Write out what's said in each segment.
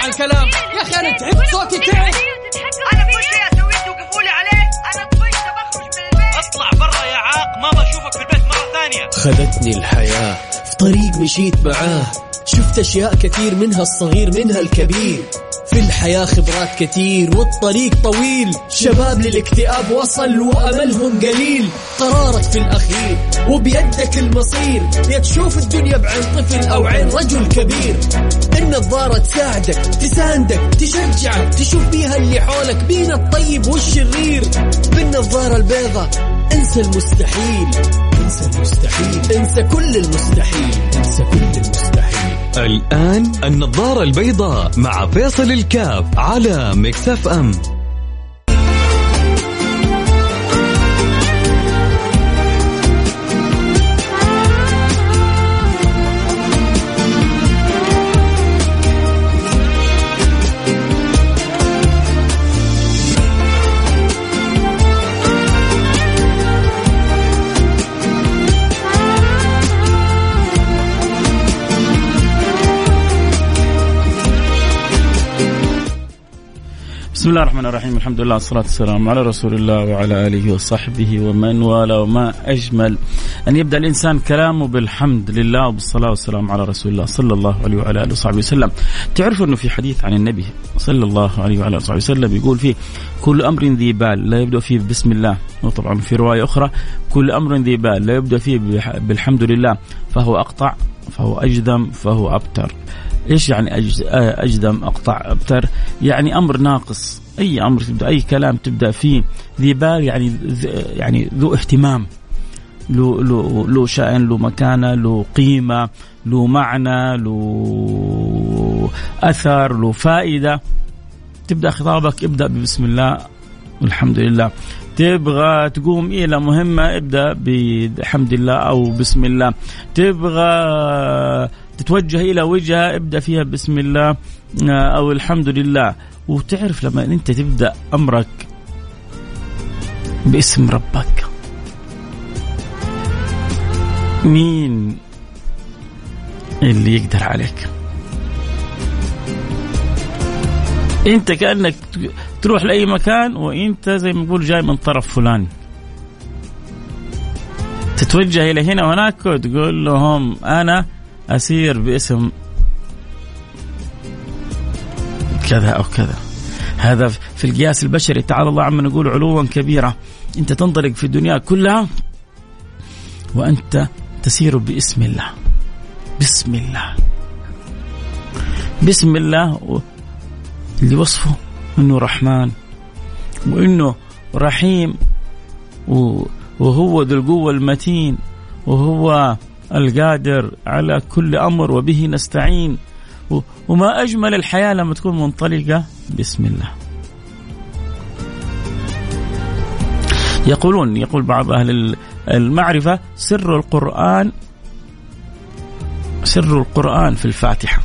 الكلام يا أخي. أنا تعبت صوتي تعب. أنا كل شيء أسويه توقفوا لي عليه. أنا طفيت بخرج من البيت. أطلع برا يا عاق، ما بشوفك في البيت مرة ثانية. خذتني الحياة في طريق مشيت معاه، شفت أشياء كثير منها الصغير منها الكبير. في الحياة خبرات كثير والطريق طويل، شباب للاكتئاب وصل وأملهم قليل. قرارك في الأخير وبيدك المصير، يا تشوف الدنيا بعين طفل أو عين رجل كبير. النظارة تساعدك تساندك تشجعك، تشوف بيها اللي حولك بين الطيب والشرير. بالنظارة البيضة انسى المستحيل، انسى المستحيل، انسى كل المستحيل، انسى كل المستحيل. الآن النظارة البيضاء مع فيصل الكاف على ميكس اف ام. بسم الله الرحمن الرحيم. الحمد لله والصلاة والسلام على رسول الله وعلى آله وصحبه ومن والاه. وما أجمل أن يبدأ الإنسان كلامه بالحمد لله وبالصلاة والسلام على رسول الله صلى الله عليه وعلى آله وصحبه وسلم. تعرفوا أنه في حديث عن النبي صلى الله عليه وعلى آله وصحبه وسلم يقول فيه: كل أمر ذي بال لا يبدأ فيه بسم الله. وطبعا في رواية أخرى: كل أمر ذي بال لا يبدأ فيه بالحمد لله فهو أقطع فهو أجذم فهو أبتر. إيش يعني أجدم أقطع أبتر؟ يعني أمر ناقص. أي أمر تبدأ، أي كلام تبدأ فيه ذي بال يعني ذو اهتمام، له شأن، له مكانة، له قيمة، له معنى، له أثر، له فائدة. تبدأ خطابك ابدأ بسم الله والحمد لله. تبغى تقوم إلى مهمة ابدأ بحمد الله أو بسم الله. تبغى تتوجه إلى وجهة ابدأ فيها بسم الله أو الحمد لله. وتعرف لما أنت تبدأ أمرك باسم ربك، مين اللي يقدر عليك؟ أنت كأنك تروح لأي مكان وأنت زي ما نقول جاي من طرف فلان، تتوجه إلى هنا وهناك وتقول لهم أنا أسير باسم كذا أو كذا. هذا في القياس البشري تعالى الله عما نقول علوا كبيرا. أنت تنطلق في الدنيا كلها وأنت تسير باسم الله. بسم الله، بسم الله اللي وصفه أنه رحمن وأنه رحيم وهو ذو القوة المتين وهو القادر على كل أمر وبه نستعين. وما أجمل الحياة لما تكون منطلقة بسم الله. يقول بعض أهل المعرفة: سر القرآن في الفاتحة،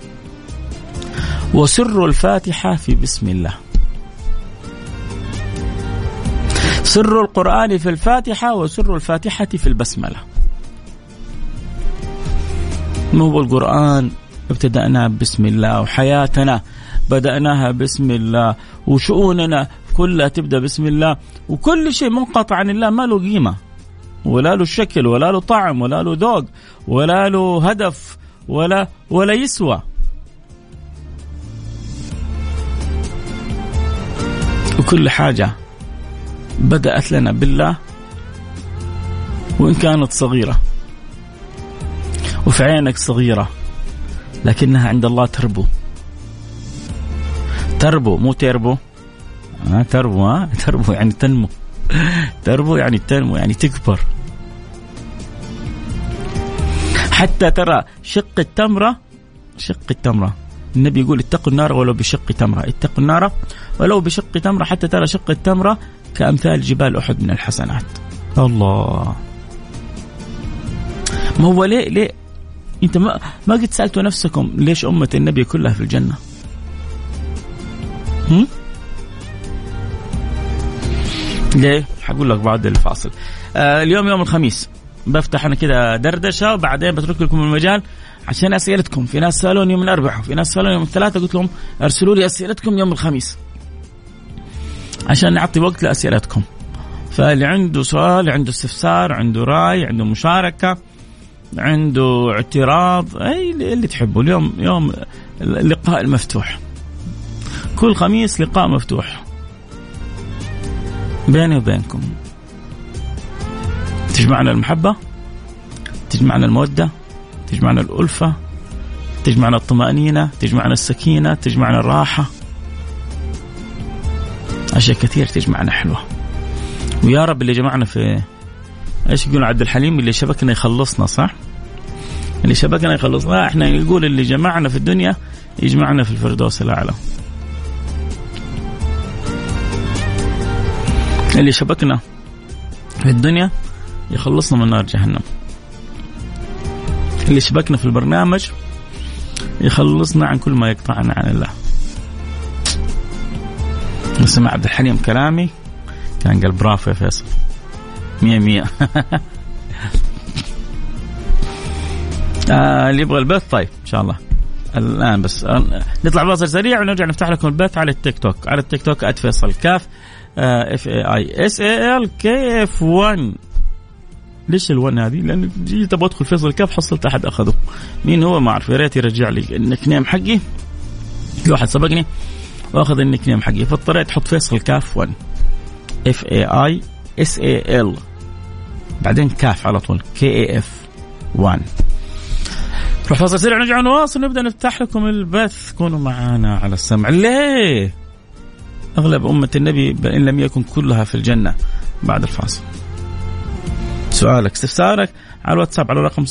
وسر الفاتحة في بسم الله. سر القرآن في الفاتحة وسر الفاتحة في البسملة. ما هو القرآن؟ ابتدأنا بسم الله، وحياتنا بدأناها بسم الله، وشؤوننا كلها تبدأ بسم الله، وكل شيء منقطع عن الله ما له قيمة ولا له شكل ولا له طعم ولا له ذوق ولا له هدف ولا يسوى. وكل حاجة بدأت لنا بالله وإن كانت صغيرة وفي عينك صغيرة، لكنها عند الله تربو مو تربو. تربو يعني تنمو. تربو يعني تنمو، يعني تكبر. حتى ترى شق التمرة النبي يقول: اتقوا النار ولو بشق تمرة. اتقوا النار ولو بشق تمرة. حتى ترى شق التمرة كأمثال جبال أحد من الحسنات. الله. ما هو ليه انت ما قد سألتوا نفسكم ليش أمة النبي كلها في الجنة؟ ليه؟ حقول لك بعد الفاصل. اليوم يوم الخميس بفتح أنا كده دردشة وبعدين بترك لكم المجال عشان أسئلتكم. في ناس سألوني يوم الأربعاء وفي ناس سألوني يوم الثلاثاء، قلت لهم أرسلوا لي أسئلتكم يوم الخميس عشان نعطي وقت لأسئلتكم. فاللي عنده سؤال، عنده استفسار، عنده رأي، عنده مشاركة، عنده اعتراض، أي اللي تحبه، اليوم يوم اللقاء المفتوح، كل خميس لقاء مفتوح بيني وبينكم. تجمعنا المحبة، تجمعنا المودة، تجمعنا الألفة، تجمعنا الطمأنينة، تجمعنا السكينة، تجمعنا الراحة، أشياء كثير تجمعنا حلوة. ويا رب اللي جمعنا في ايش يقول عبد الحليم، اللي شبكنا يخلصنا، صح؟ اللي شبكنا يخلصنا. احنا نقول اللي جمعنا في الدنيا يجمعنا في الفردوس الأعلى. اللي شبكنا في الدنيا يخلصنا من نار جهنم. اللي شبكنا في البرنامج يخلصنا عن كل ما يقطعنا عن الله. سمع عبد الحليم كلامي كان قال برافو يا فيصل، 100 اللي يبغى البث طيب إن شاء الله الآن بس نطلع فاصل سريع ونرجع نفتح لكم البث على التيك توك. على التيك توك @فيصل كاف FAISALKF1. ليش ال1 هذه؟ لأن جيت أبغى أدخل فيصل كاف حصلت أحد أخذه، مين هو ما أعرف، يا ريت يرجع لي النيك نيم حقي. في واحد سبقني وأخذ النيك نيم حقي، فاضطريت أحط فيصل كاف 1 FAISAL بعدين كاف على طول KAF1. روح فاصل سريع نرجع نواصل نبدأ نفتح لكم البث. كونوا معنا على السمع. ليه أغلب أمة النبي إن لم يكن كلها في الجنة؟ بعد الفاصل. سؤالك استفسارك على الواتساب على رقم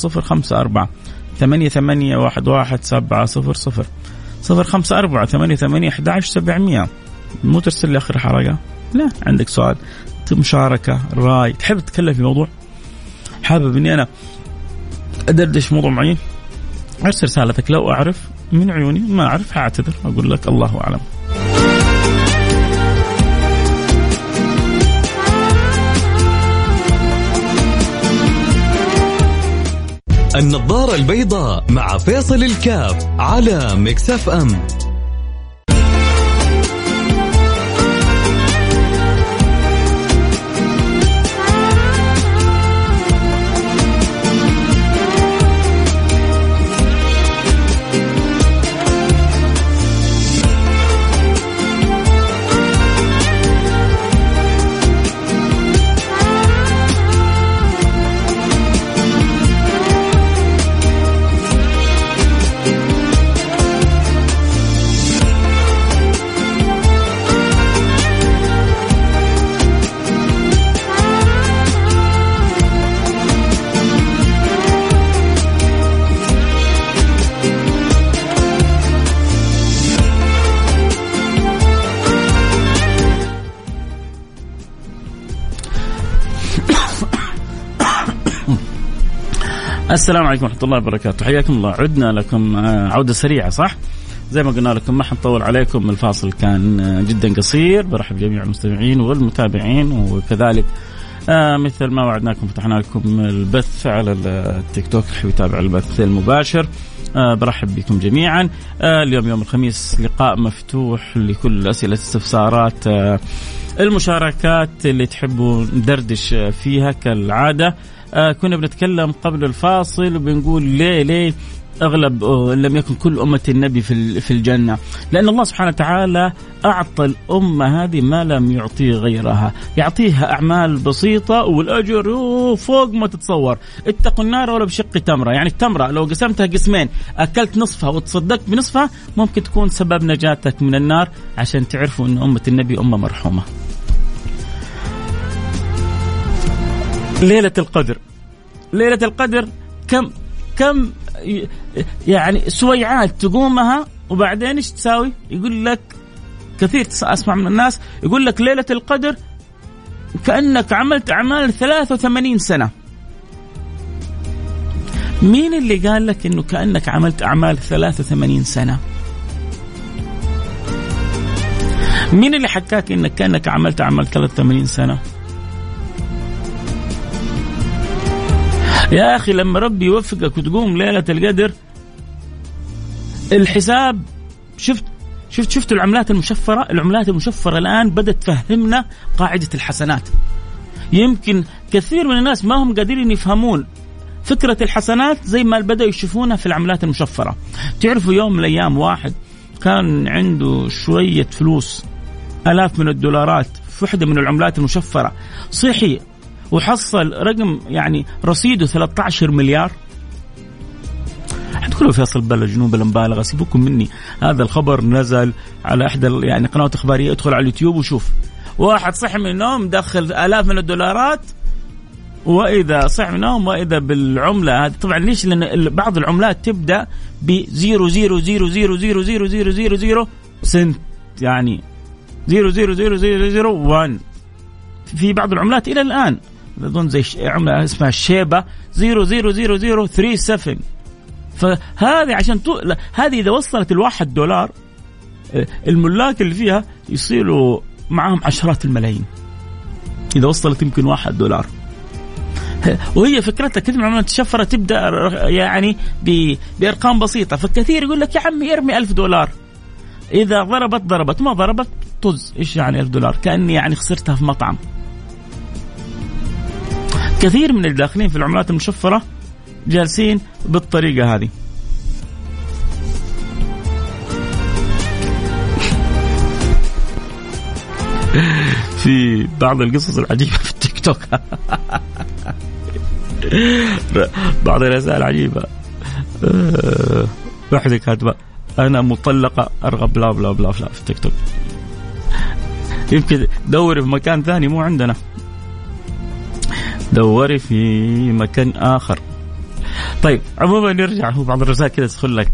054-88-11-700 054-88-11-700. مو ترسل لي آخر حلقة، لا، عندك سؤال، مشاركة، رأي، تحب تتكلم في موضوع، حابب إني أنا أدردش موضوع معين، أرسل رسالتك. لو أعرف من عيوني، ما أعرف هعتذر أقول لك الله أعلم. النظارة البيضاء مع فيصل الكاف على ميكس اف ام. السلام عليكم ورحمة الله وبركاته، حياكم الله. عدنا لكم عودة سريعة، صح؟ زي ما قلنا لكم ما حنطول عليكم، الفاصل كان جدا قصير. برحب جميع المستمعين والمتابعين، وكذلك مثل ما وعدناكم فتحنا لكم البث على التيك توك، اللي يتابع البث المباشر برحب بكم جميعا. اليوم يوم الخميس لقاء مفتوح لكل الأسئلة، استفسارات، المشاركات اللي تحبوا ندردش فيها كالعادة. كنا بنتكلم قبل الفاصل وبنقول ليه أغلب لم يكن كل أمة النبي في الجنة، لأن الله سبحانه وتعالى أعطى الأمة هذه ما لم يعطيه غيرها، يعطيها أعمال بسيطة والأجر فوق ما تتصور. اتقوا النار ولا بشق تمرة، يعني التمرة لو قسمتها قسمين أكلت نصفها وتصدقت بنصفها ممكن تكون سبب نجاتك من النار، عشان تعرفوا أن أمة النبي أمة مرحومة. ليلة القدر، ليلة القدر كم يعني سويعات تقومها وبعدين ايش تساوي؟ يقول لك كثير اسمع من الناس يقول لك ليلة القدر كأنك عملت أعمال 83 سنة. مين اللي قال لك انه كأنك عملت أعمال 83 سنة؟ مين اللي حكاك انك كأنك عملت أعمال 83 سنة؟ يا أخي لما ربي يوفقك وتقوم ليلة القدر الحساب شفت العملات المشفرة. العملات المشفرة الآن بدأت تفهمنا قاعدة الحسنات. يمكن كثير من الناس ما هم قادرين يفهمون فكرة الحسنات زي ما بدأوا يشوفونها في العملات المشفرة. تعرفوا يوم من الأيام واحد كان عنده شوية فلوس آلاف من الدولارات في واحدة من العملات المشفرة، صحي وحصل رقم يعني رصيده 13 مليار. حتقولوا فيصل بلا جنوب المبالغة، سيبوكم مني. هذا الخبر نزل على إحدى يعني قنوات إخبارية، ادخل على اليوتيوب وشوف. واحد صحي من النوم دخل آلاف من الدولارات، وإذا صح منهم وإذا بالعملة هذه. طبعا ليش؟ لأن بعض العملات تبدأ ب 0.0000000 سنت، يعني 0.00001. في بعض العملات إلى الآن أظن زي عملة اسمها الشيبة 0.00037. فهذه عشان هذه إذا وصلت الواحد دولار الملاك اللي فيها يصيروا معهم عشرات الملايين إذا وصلت يمكن $1. وهي فكرتها كثير من العملات المشفرة تبدأ يعني بأرقام بسيطة. فكثير يقول لك يا عمي ارمي $1000، إذا ضربت ما ضربت طز. إيش يعني $1000؟ كأني يعني خسرتها في مطعم. كثير من الداخلين في العملات المشفرة جالسين بالطريقة هذه. في بعض القصص العجيبة في التيك توك بعض الرسائل عجيبة. واحدة كاتبة أنا مطلقة أرغب بلا بلا بلا في التيك توك. يمكن دوري في مكان ثاني مو عندنا، دوري في مكان آخر. طيب عموما نرجع. هو بعض الرسائل كده تدخل لك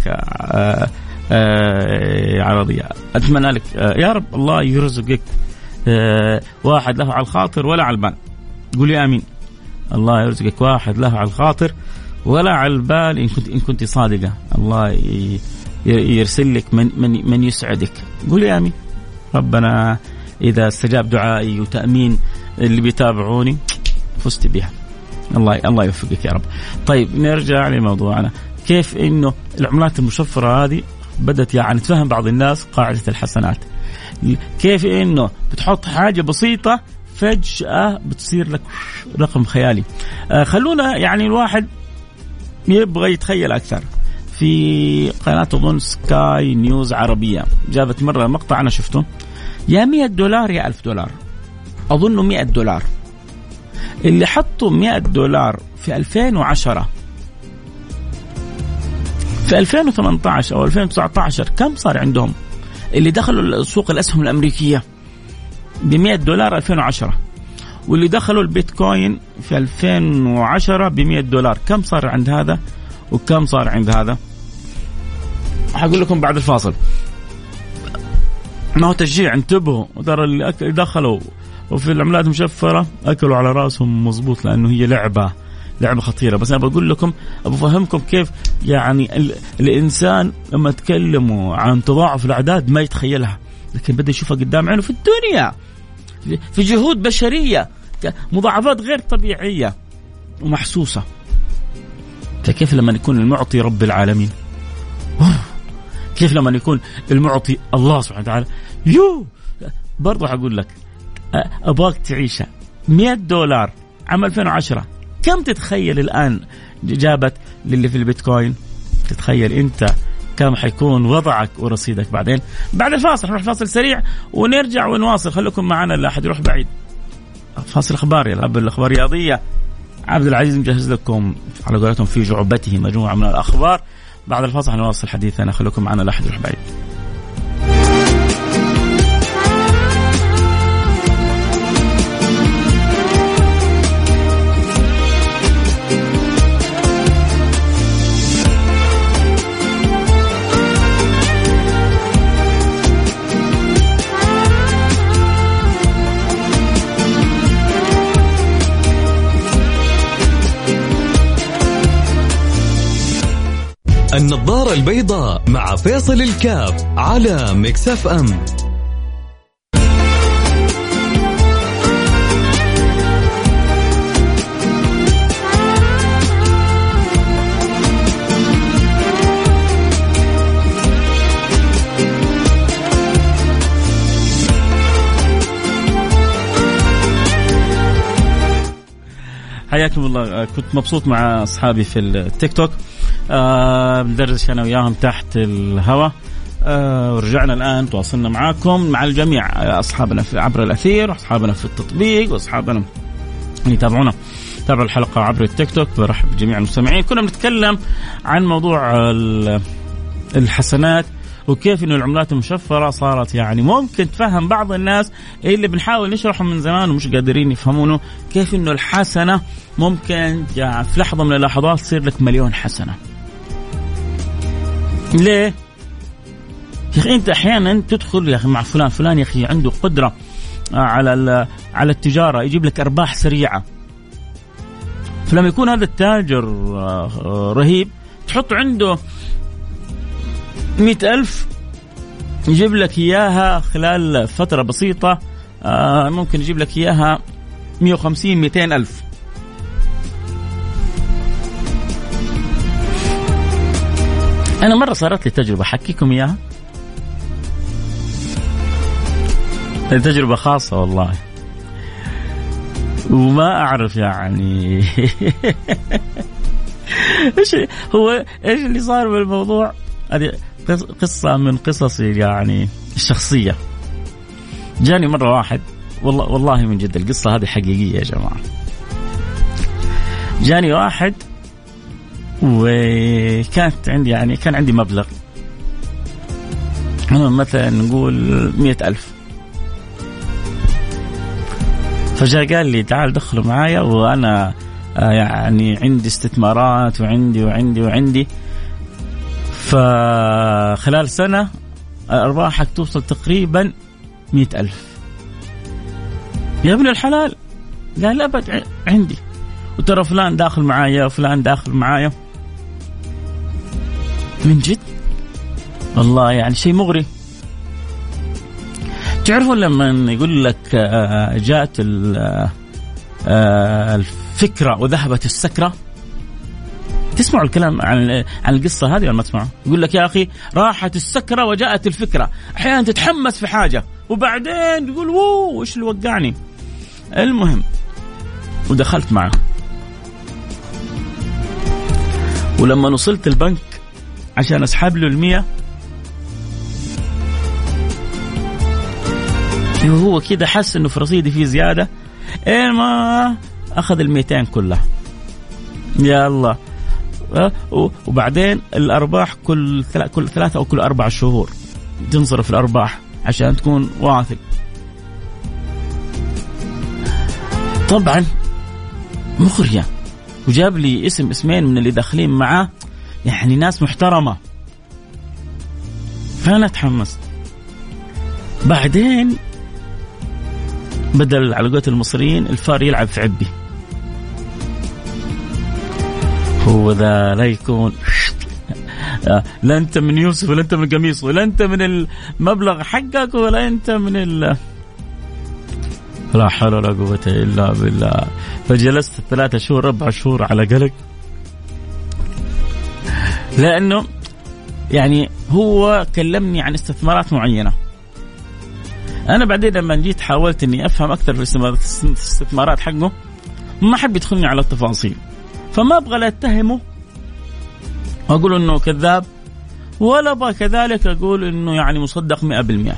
عرضية. أتمنى لك يا رب الله يرزقك واحد له على الخاطر ولا على البال. قولي آمين. الله يرزقك واحد له على الخاطر ولا على البال إن كنت صادقة. الله يرسل لك من يسعدك. قولي آمين. ربنا إذا استجاب دعائي وتأمين اللي بيتابعوني فزت بها. الله يوفقك يا رب. طيب نرجع لموضوعنا. كيف إنه العملات المشفرة هذه بدأت يعني تفهم بعض الناس قاعدة الحسنات. كيف إنه بتحط حاجة بسيطة فجأة بتصير لك رقم خيالي. خلونا يعني الواحد يبغى يتخيل أكثر. في قناة أظن سكاي نيوز عربية جابت مرة مقطع أنا شفته، يا $100 يا $1000. أظنه $100. اللي حطوا $100 في 2010 في 2018 أو 2019 كم صار عندهم؟ اللي دخلوا سوق الأسهم الأمريكية $100 2010، واللي دخلوا البيتكوين في 2010 $100 كم صار عند هذا وكم صار عند هذا؟ هقول لكم بعد الفاصل. ما هو تشجيع، انتبهوا. ترى اللي دخلوا وفي العملات المشفرة أكلوا على رأسهم مظبوط، لأنه هي لعبة خطيرة. بس أنا بقول لكم أفهمكم كيف يعني الإنسان لما تكلموا عن تضاعف الأعداد ما يتخيلها، لكن بدأ يشوفها قدام عينه في الدنيا في جهود بشرية، مضاعفات غير طبيعية ومحسوسة. فكيف لما يكون المعطي رب العالمين؟ كيف لما يكون المعطي الله سبحانه وتعالى؟ برضو هقول لك أبغاك تعيشها. $100 عام 2010 كم تتخيل الآن جابت للي في البيتكوين؟ تتخيل أنت كم حيكون وضعك ورصيدك بعدين؟ بعد الفاصل نروح فاصل سريع ونرجع ونواصل. خليكم معنا لا أحد يروح بعيد. فاصل أخبار يلعب الأخبار الرياضية. عبد العزيز مجهز لكم على قولتهم في جعبته مجموعة من الأخبار. بعد الفاصل نواصل حديثنا. خليكم معنا لا أحد يروح بعيد. النظارة البيضاء مع فيصل الكاف على ميكس اف ام. حياكم الله. كنت مبسوط مع أصحابي في التيك توك، بندردش أنا وياهم تحت الهواء. ورجعنا الآن تواصلنا معاكم مع الجميع، أصحابنا في عبر الأثير وأصحابنا في التطبيق وأصحابنا اللي يتابعونا تابعوا الحلقة عبر التيك توك. برحب بجميع المستمعين. كنا بنتكلم عن موضوع الحسنات وكيف إنه العملات المشفرة صارت يعني ممكن تفهم بعض الناس اللي بنحاول نشرحه من زمان ومش قادرين يفهمونه، كيف إنه الحسنة ممكن يعني في لحظة من اللحظات تصير لك مليون حسنة. ليه؟ يا أخي أنت أحيانا تدخل يا أخي مع فلان يا أخي عنده قدرة على التجارة، يجيب لك أرباح سريعة. فلما يكون هذا التاجر رهيب تحط عنده 100,000 يجيب لك إياها خلال فترة بسيطة، ممكن يجيب لك إياها 150-200,000. أنا مرة صارت لي تجربة حكيكم إياها، تجربة خاصة والله وما أعرف يعني إيش اللي صار بالموضوع. هذه قصة من قصصي يعني الشخصية. جاني مرة واحد والله من جد القصة هذه حقيقية يا جماعة. جاني واحد وكانت عندي يعني كان عندي مبلغ، أنا مثلا نقول 100,000. فجاء قال لي تعال دخلوا معايا وأنا يعني عندي استثمارات وعندي فخلال سنة أرباحك توصل تقريبا 100,000. يا ابن الحلال قال أبد عندي، وترى فلان داخل معايا وفلان داخل معايا. من جد والله يعني شيء مغري. تعرفوا لما يقول لك جاءت الفكرة وذهبت السكرة؟ تسمعوا الكلام عن القصة هذه ولا ما تسمعوا؟ يقول لك يا أخي راحت السكرة وجاءت الفكرة. أحيانا تتحمس في حاجة وبعدين تقول ووو إيش اللي وقعني. المهم ودخلت معه، ولما وصلت البنك عشان أسحب له 100 وهو كده حس إنه في رصيدي فيه زيادة، ما أخذ 200 كلها. يا الله. وبعدين الأرباح كل 3 أو كل 4 شهور تنصرف الأرباح عشان تكون واثق. طبعا مغرية. وجاب لي اسمين من اللي داخلين معاه يعني ناس محترمة، فأنا تحمست. بعدين بدل على قولة المصريين الفار يلعب في عبي. هو ذا لا يكون لا أنت من يوسف ولا أنت من قميص ولا أنت من المبلغ حقك ولا أنت من لا حول ولا قوة إلا بالله. فجلست 3 شهور 4 شهور على قلق، لأنه يعني هو كلمني عن استثمارات معينة. أنا بعدين لما جيت حاولت إني أفهم أكثر في الاستثمارات حقه، ما حب يدخلني على التفاصيل، فما أبغى لا أتهمه أقول إنه كذاب، ولا أبغى كذلك أقول إنه يعني مصدق 100%.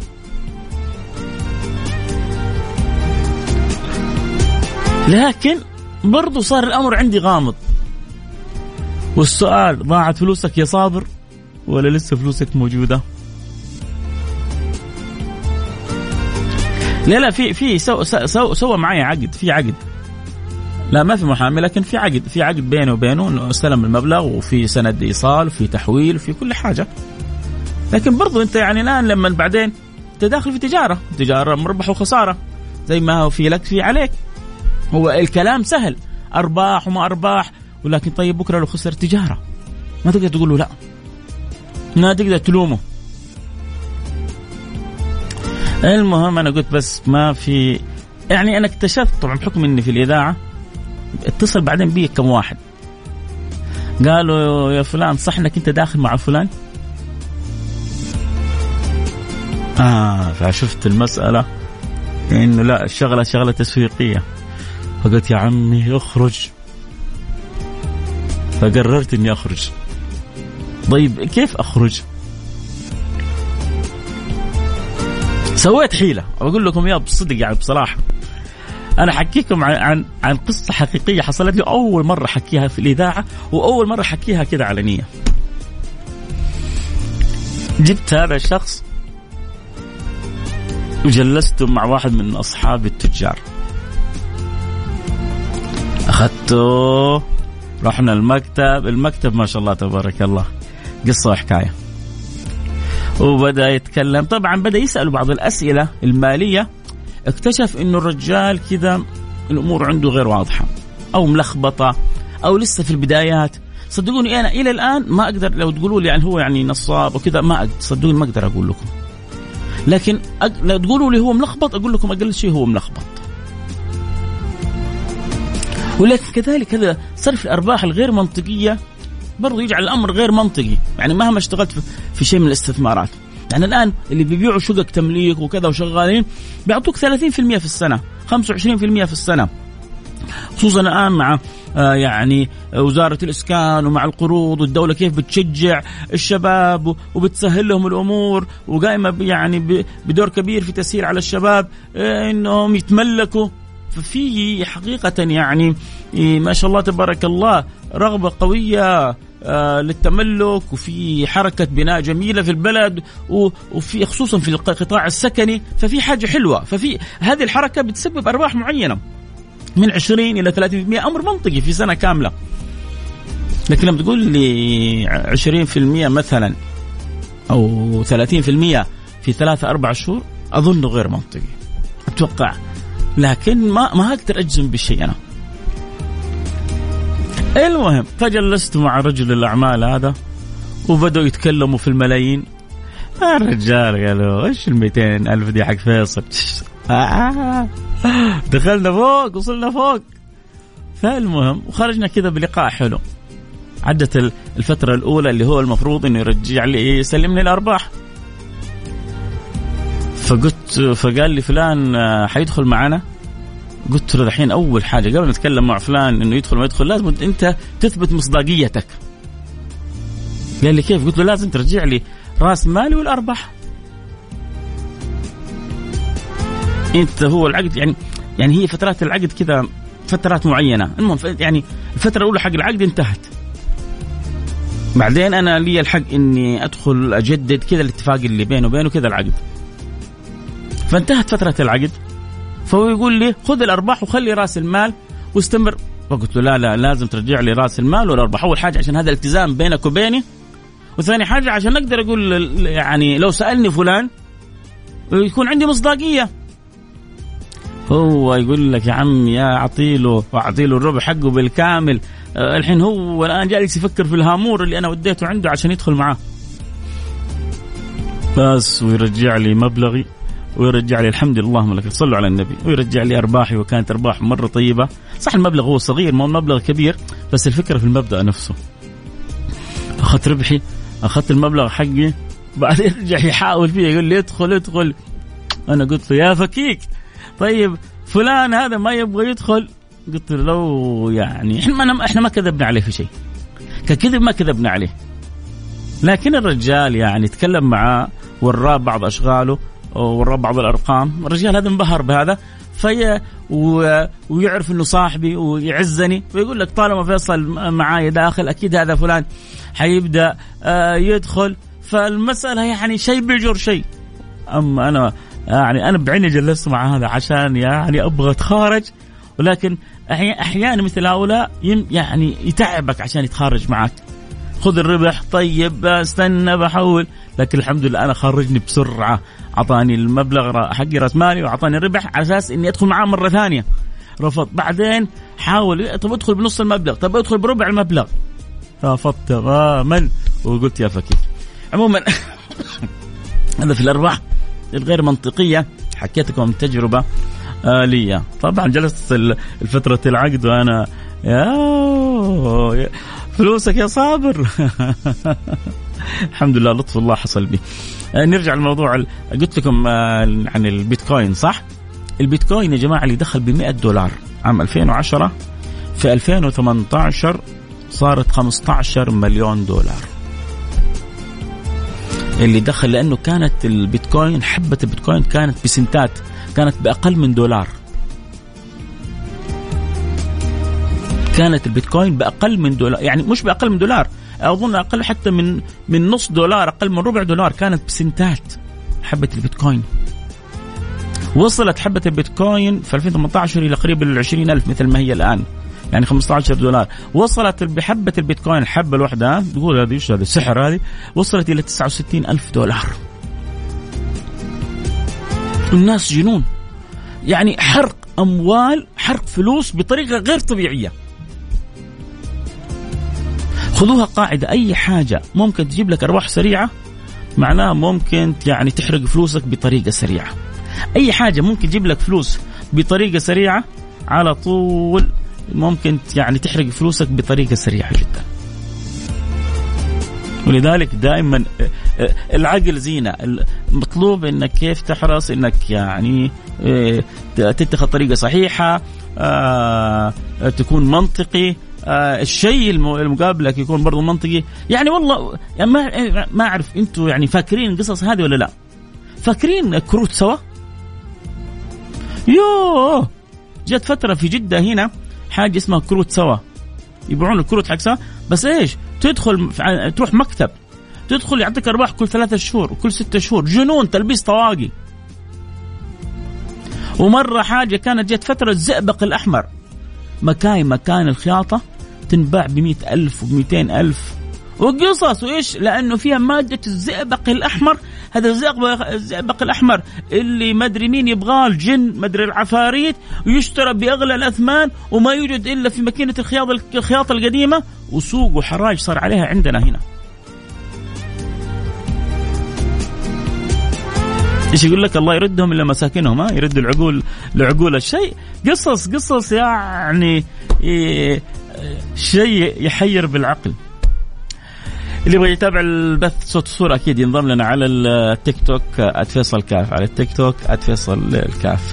لكن برضو صار الأمر عندي غامض. والسؤال ضاعت فلوسك يا صابر ولا لسه فلوسك موجودة؟ لا في سوى معي عقد، في عقد، لا ما في محامي لكن في عقد بينه وبينه انه استلم المبلغ وفي سند ايصال وفي تحويل وفي كل حاجة. لكن برضو انت يعني الان لما بعدين تداخل في تجارة مربح وخسارة، زي ما هو في لك في عليك. هو الكلام سهل، ارباح وما ارباح، ولكن طيب بكرة لو خسر تجارة ما تقدر تقول له لا، ما تقدر تلومه. المهم أنا قلت بس ما في، يعني أنا اكتشفت طبعا بحكم إني في الإذاعة اتصل بعدين بي كم واحد قالوا يا فلان صح إنك أنت داخل مع فلان؟ فشفت المسألة إنه لا، الشغلة شغلة تسويقية. فقلت يا عمي اخرج، فقررت اني اخرج. طيب كيف اخرج؟ سويت حيلة واقول لكم يا بصدق يعني بصراحة انا حكيكم عن قصة حقيقية حصلت لي، اول مرة حكيها في الاذاعة واول مرة حكيها كده علنية. جبت هذا الشخص وجلسته مع واحد من اصحاب التجار، اخذته رحنا المكتب ما شاء الله تبارك الله، قصة وحكاية. وبدأ يتكلم، طبعا بدأ يسأل بعض الأسئلة المالية. اكتشف إنه الرجال كذا الأمور عنده غير واضحة أو ملخبطة أو لسه في البدايات. صدقوني أنا إلى الآن ما أقدر، لو تقولوا لي يعني هو يعني نصاب وكذا ما أقدر، صدقوني ما أقدر أقول لكم. لكن لو تقولوا لي هو ملخبط أقول لكم أقل شيء هو ملخبط. ولكن كذلك هذا صرف الأرباح الغير منطقية برضو يجعل الأمر غير منطقي. يعني مهما اشتغلت في شيء من الاستثمارات، يعني الآن اللي بيبيعوا شقق تمليك وكذا وشغالين بيعطوك 30% في السنة، 25% في السنة، خصوصا الآن مع يعني وزارة الإسكان ومع القروض، والدولة كيف بتشجع الشباب وبتسهل لهم الأمور، وقائمة يعني بدور كبير في تسهيل على الشباب إنهم يتملكوا. ففي حقيقة يعني ما شاء الله تبارك الله رغبة قوية للتملك، وفي حركة بناء جميلة في البلد، وفي خصوصا في القطاع السكني. ففي حاجة حلوة، ففي هذه الحركة بتسبب أرباح معينة من 20 إلى 30%، أمر منطقي في سنة كاملة. لكن لما تقول لي 20% مثلا أو 30% في 3-4 شهور أظنه غير منطقي أتوقع، لكن ما أقدر أجزم بالشيء أنا. المهم فجلست مع رجل الأعمال هذا وبدأوا يتكلموا في الملايين. الرجال قالوا إيش 200,000 دي حق فيصل. دخلنا فوق، وصلنا فوق. فالمهم وخرجنا كذا بلقاء حلو. عدت الفترة الأولى اللي هو المفروض إنه يرجع لي يسلمني الأرباح. فقال لي فلان حيدخل معنا. قلت له الحين أول حاجة قبل نتكلم مع فلان إنه يدخل ما يدخل لازم أنت تثبت مصداقيتك. قال لي كيف؟ قلت له لازم ترجع لي رأس مالي والأرباح. أنت هو العقد يعني هي فترات العقد كذا فترات معينة. المهم يعني الفترة الأولى حق العقد انتهت، بعدين أنا لي الحق إني أدخل أجدد كذا الاتفاق اللي بينه وبينه كذا العقد. فانتهت فترة العقد، فهو يقول لي خذ الأرباح وخلي رأس المال واستمر. فقلت له لا لازم ترجع لي رأس المال والأرباح. أول حاجة عشان هذا الالتزام بينك وبيني، وثاني حاجة عشان أقدر أقول يعني لو سألني فلان يكون عندي مصداقية. هو يقول لك يا عم يا أعطيله الربع حقه بالكامل. الحين هو الآن جالس يفكر في الهامور اللي أنا وديته عنده عشان يدخل معاه بس، ويرجع لي مبلغي ويرجع لي الحمد لله اللهم لك صلوا على النبي، ويرجع لي أرباحي، وكانت أرباح مرة طيبة. صح المبلغ هو صغير ما هو مبلغ كبير، بس الفكرة في المبدأ نفسه. أخذت ربحي، أخذت المبلغ حقي، بعدين يرجع يحاول فيه يقول لي ادخل. أنا قلت له يا فكيك طيب فلان هذا ما يبغى يدخل. قلت له لو يعني احنا ما كذبنا عليه في شيء، ككذب ما كذبنا عليه، لكن الرجال يعني تكلم معاه وراه بعض أشغاله وراه بعض الأرقام. الرجال هذا انبهر بهذا ويعرف إنه صاحبي ويعزني، ويقول لك طالما فيصل معاي داخل أكيد هذا فلان حيبدأ يدخل. فالمسألة يعني شيء بيجر شيء. أما أنا بعيني جلست مع هذا عشان يعني أبغى أتخارج، ولكن أحيانا مثل هؤلاء يعني يتعبك عشان يتخارج معك. خذ الربح طيب استنى بحول، لكن الحمد لله أنا خرجني بسرعة، عطاني المبلغ حقي رأس مالي وعطاني الربح على أساس إني أدخل معاه مرة ثانية. رفض، بعدين حاول طب أدخل بنص المبلغ، طب أدخل بربع المبلغ، رفضت تماما وقلت يا فكير. عموما هذا في الأرباح الغير منطقية حكيت لكم تجربة لي. طبعا جلست الفترة العقد وأنا يا فلوسك يا صابر. الحمد لله لطف الله حصل بي. نرجع للموضوع. قلت لكم عن البيتكوين صح؟ البيتكوين يا جماعة اللي دخل $100 عام 2010 في 2018 صارت $15 مليون. اللي دخل لأنه كانت البيتكوين، حبة البيتكوين كانت بسنتات، كانت بأقل من $. كانت البيتكوين بأقل من $، يعني مش بأقل من $، أظن أقل حتى من نص $، أقل من $0.25 كانت بسنتات حبة البيتكوين. وصلت حبة البيتكوين في 2018 إلى قريب 20,000 مثل ما هي الآن، يعني $15. وصلت بحبة البيتكوين الحبة الواحدة، تقول هذه إيش هذا السحر هذه، وصلت إلى $69,000. الناس جنون، يعني حرق أموال، حرق فلوس بطريقة غير طبيعية. خذوها قاعدة، أي حاجة ممكن تجيب لك أرباح سريعة معناها ممكن يعني تحرق فلوسك بطريقة سريعة. أي حاجة ممكن تجيب لك فلوس بطريقة سريعة على طول ممكن يعني تحرق فلوسك بطريقة سريعة جدا. ولذلك دائما العقل زينة، مطلوب انك كيف تحرص انك يعني تتخذ طريقة صحيحة، تكون منطقي، الشيء المقابلك يكون برضو منطقي. يعني والله يعني ما أعرف أنتوا يعني فاكرين القصص هذه ولا لا؟ فاكرين كروت سوا؟ يوه جت فترة في جدة هنا حاجة اسمها كروت سوا، يبيعون الكروت حق سوا، بس إيش تدخل تروح مكتب تدخل يعطيك أرباح كل 3 شهور وكل 6 شهور، جنون تلبيس طواقي. ومرة حاجة كانت جت فترة الزئبق الأحمر، مكان الخياطة تنباع ب100,000 و200,000 وقصص وإيش، لأنه فيها مادة الزئبق الأحمر. هذا الزئبق الأحمر اللي ما أدري مين يبغاه، الجن ما أدري العفاريت، ويشترى بأغلى الأثمان وما يوجد إلا في ماكينة الخياطة القديمة، وسوق وحراج صار عليها عندنا هنا. إيش يقول لك الله يردهم إلا مساكنهم، ها يرد العقول الشيء. قصص يعني شيء يحير بالعقل. اللي يبغى يتابع البث صوت الصورة أكيد ينضم لنا على التيك توك @فيصل كاف، على التيك توك @فيصل الكاف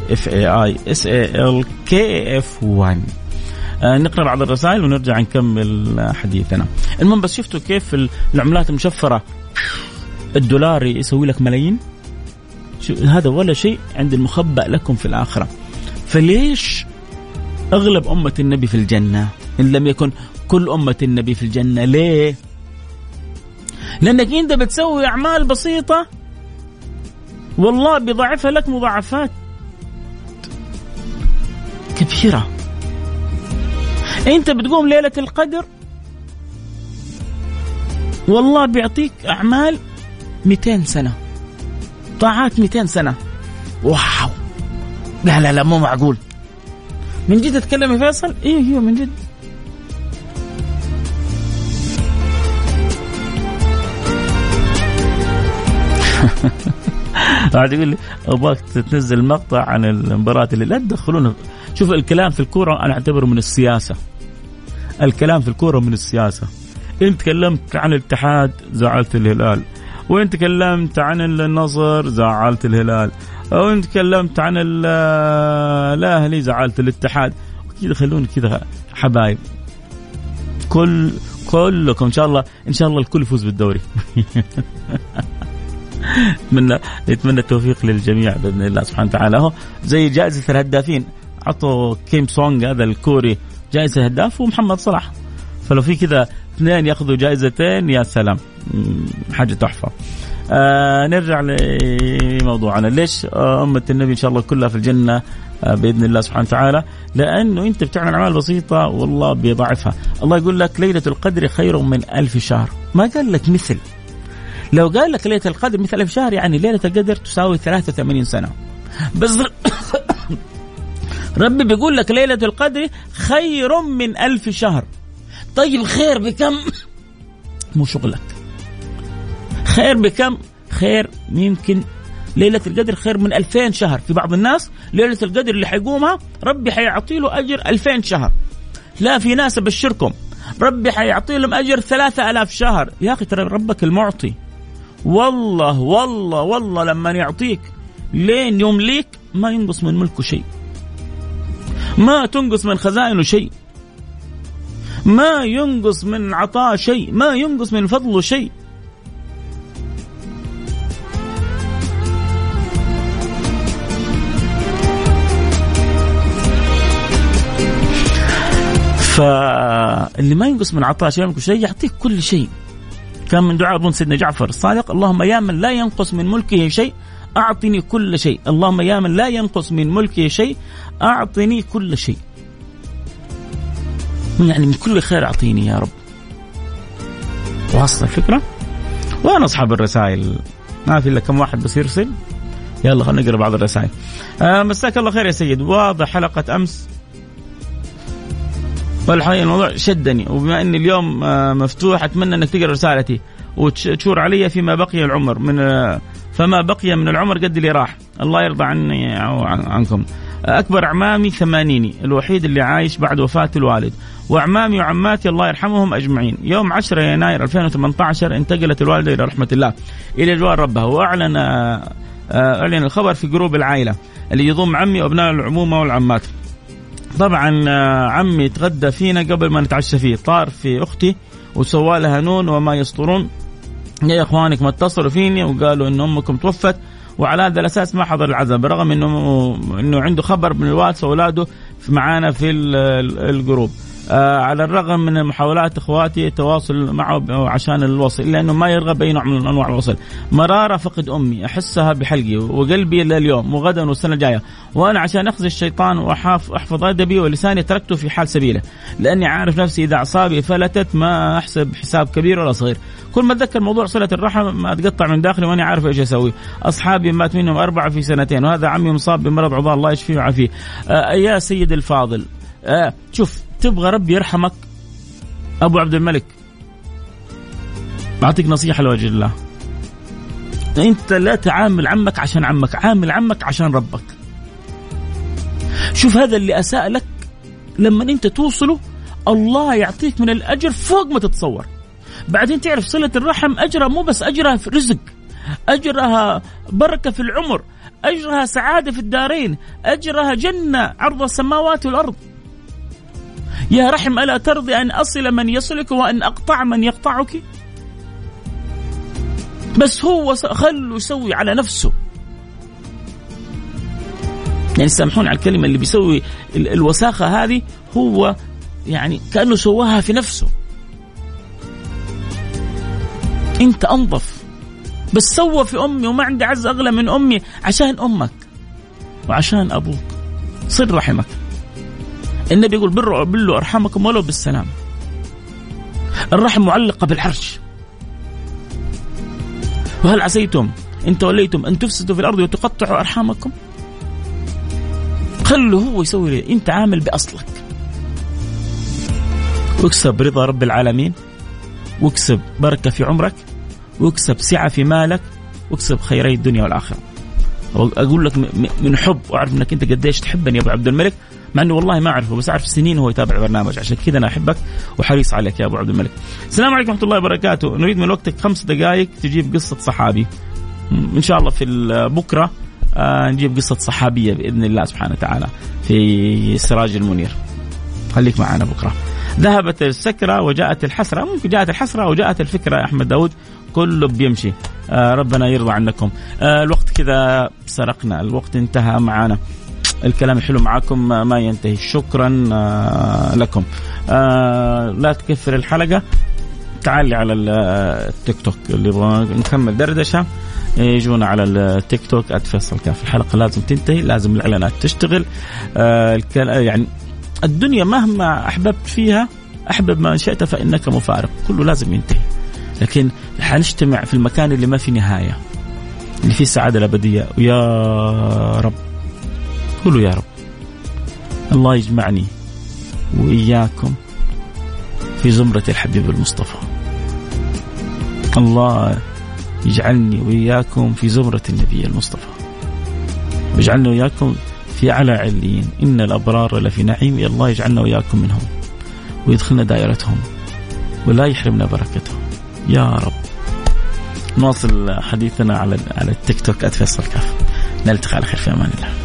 FAISALKF1. نقرأ بعض الرسائل ونرجع نكمل حديثنا. المهم بس شفتوا كيف العملات المشفرة $1 يسوي لك ملايين؟ هذا ولا شيء عند المخبأ لكم في الآخرة. فليش أغلب أمة النبي في الجنة إن لم يكن كل أمة النبي في الجنة؟ ليه؟ لأنك أنت بتسوي أعمال بسيطة والله بيضاعفها لك مضاعفات كبيرة. أنت بتقوم ليلة القدر والله بيعطيك أعمال 200 سنة، طاعات 200 سنة. واو، لا مو معقول. من جد تتكلم يا فيصل؟ ايوه من جد. قاعد يقول لي ابغاك تنزل مقطع عن المباراة اللي لا تدخلونه. شوف الكلام في الكورة انا اعتبره من السياسة. الكلام في الكورة من السياسة. انت تكلمت عن الاتحاد زعلت الهلال، وانت تكلمت عن النصر زعلت الهلال، وانت تكلمت عن الاهلي زعلت الاتحاد. كذا خلونا كذا حبايب، كلكم ان شاء الله الكل يفوز بالدوري. نتمنى التوفيق للجميع باذن الله سبحانه وتعالى. اهو زي جائزة الهدافين، عطوا كيم سونغ هذا الكوري جائزة هداف ومحمد صلاح، فلو في كذا 2 ياخذوا جائزتين يا سلام، حاجة تحفة. نرجع لموضوعنا. ليش أمة النبي إن شاء الله كلها في الجنة بإذن الله سبحانه وتعالى؟ لأنه أنت بتعمل أعمال بسيطة والله بيضاعفها. الله يقول لك ليلة القدر خير من 1000 شهر، ما قال لك مثل. لو قال لك ليلة القدر مثل 1000 شهر يعني ليلة القدر تساوي 83 سنة بس. ربي بيقول لك ليلة القدر خير من 1000 شهر. طيب خير بكم؟ مو شغلك. خير بكم؟ خير يمكن ليلة القدر خير من 2000 شهر. في بعض الناس ليلة القدر اللي حيقومها ربي حيعطي له أجر 2000 شهر. لا، في ناس أبشركم ربي حيعطي لهم أجر 3000 شهر. يا أخي ترى ربك المعطي، والله لما يعطيك لين يملك ما ينقص من ملكه شيء، ما تنقص من خزائنه شيء، ما ينقص من عطاء شيء، ما ينقص من فضله شيء. فاللي ما ينقص من عطاء شيء يملك شيء يعطيك كل شيء. كان من دعاء ابن سيدنا جعفر الصادق: اللهم يا من لا ينقص من ملكه شيء أعطني كل شيء، اللهم يا من لا ينقص من ملكه شيء أعطني كل شيء. يعني من كل خير أعطيني يا رب. واصل الفكرة؟ وأنا أصحاب الرسائل ما في إلا كم واحد بس يرسل. يلا خلينا نقرأ بعض الرسائل. مساك الله خير يا سيد، واضح حلقة أمس والحقيقة الموضوع شدني، وبما أن اليوم مفتوح أتمنى أنك تقرأ رسالتي وتشور علي فيما بقي العمر فما بقي من العمر قد اللي راح. الله يرضى عني أو عنكم. أكبر أعمامي 80، الوحيد اللي عايش بعد وفاة الوالد، وأعمامي وعماتي الله يرحمهم أجمعين. يوم 10 يناير 2018 انتقلت الوالدة إلى رحمة الله إلى جوار ربها، وأعلن الخبر في جروب العائلة اللي يضم عمي وأبناء العمومة والعمات. طبعا عمي تغدى فينا قبل ما نتعشى فيه، طار في أختي وسوى لها نون وما يسطرون. يا إخوانك ما اتصلوا فيني وقالوا إن أمكم توفت، وعلى هذا الأساس ما حضر العزاء برغم إنه عنده خبر من الوالد وأولاده معانا في الجروب. على الرغم من محاولات إخواتي التواصل معه عشان الوصل، إلا أنه ما يرغب بأي نوع من أنواع الوصل. مرارة فقد أمي أحسها بحلقي وقلبي إلى اليوم وغدا والسنة الجاية، وأنا عشان أخزي الشيطان وأحفظ أدبي ولساني تركته في حال سبيله، لأني عارف نفسي إذا أعصابي فلتت ما أحسب حساب كبير ولا صغير. كل ما أتذكر موضوع صلة الرحم ما أتقطع من داخلي وأنا عارف إيش أسوي. أصحابي مات منهم 4 في 2 سنين، وهذا عمي مصاب بمرض عضال الله يشفيه ويعافيه. يا سيد الفاضل، شوف، تبغى ربي يرحمك أبو عبد الملك، أعطيك نصيحة لوجه الله، أنت لا تعامل عمك عشان عمك، عامل عمك عشان ربك. شوف هذا اللي أساء لك لما أنت توصله الله يعطيك من الأجر فوق ما تتصور. بعدين تعرف صلة الرحم أجرها مو بس أجرها في رزق، أجرها بركة في العمر، أجرها سعادة في الدارين، أجرها جنة عرض السماوات والأرض. يا رحم ألا ترضي أن أصل من يصلك وأن أقطع من يقطعك؟ بس هو خلوا يسوي على نفسه. يعني سامحون على الكلمة، اللي بيسوي الوساخة هذه هو يعني كأنه سواها في نفسه. أنت أنظف، بس سوى في أمي وما عندي عز أغلى من أمي عشان أمك وعشان أبوك. صل رحمك. النبي يقول بلوا أرحمكم ولو بالسلام. الرحم معلقة بالعرش. وهل عسيتم إن توليتم أن تفسدوا في الأرض وتقطعوا أرحامكم؟ خلوا هو يسوي لي. أنت عامل بأصلك، واكسب رضا رب العالمين، واكسب بركة في عمرك، واكسب سعة في مالك، واكسب خيري الدنيا والآخرة. أقول لك من حب، وأعرف أنك أنت قديش تحبني يا أبو عبد الملك، مع أنه والله ما أعرفه، بس أعرف سنين هو يتابع برنامج، عشان كذا أنا أحبك وحريص عليك يا أبو عبد الملك. السلام عليكم ورحمة الله وبركاته. نريد من وقتك 5 دقائق تجيب قصة صحابي إن شاء الله. في بكرة نجيب قصة صحابية بإذن الله سبحانه وتعالى في سراج المنير. خليك معنا بكرة. ذهبت السكرة وجاءت الحسرة، ممكن جاءت الحسرة وجاءت الفكرة يا أحمد داود، كله بيمشي. ربنا يرضى عنكم. الوقت كذا سرقنا، الوقت انتهى معنا. الكلام الحلو معاكم ما ينتهي. شكرا لكم. لا تكفر الحلقة، تعالي على التيك توك اللي يبغى نكمل دردشة يجونا على التيك توك @فيصل كاف. الحلقة لازم تنتهي، لازم الإعلانات تشتغل. يعني الدنيا مهما أحببت فيها، أحبب ما شئت فإنك مفارق، كله لازم ينتهي. لكن حنجتمع في المكان اللي ما في نهاية، اللي فيه السعادة الأبدية. ويا رب، قولوا يا رب الله يجمعني وإياكم في زمرة الحبيب المصطفى. الله يجعلني وإياكم في زمرة النبي المصطفى، ويجعلنا وإياكم في أعلى عليين. إن الأبرار لفي نعيم. يا الله يجعلنا وإياكم منهم ويدخلنا دائرتهم ولا يحرمنا بركتهم يا رب. نواصل حديثنا على التيك توك @فيصل كاف. نلتقي على خير في أمان الله.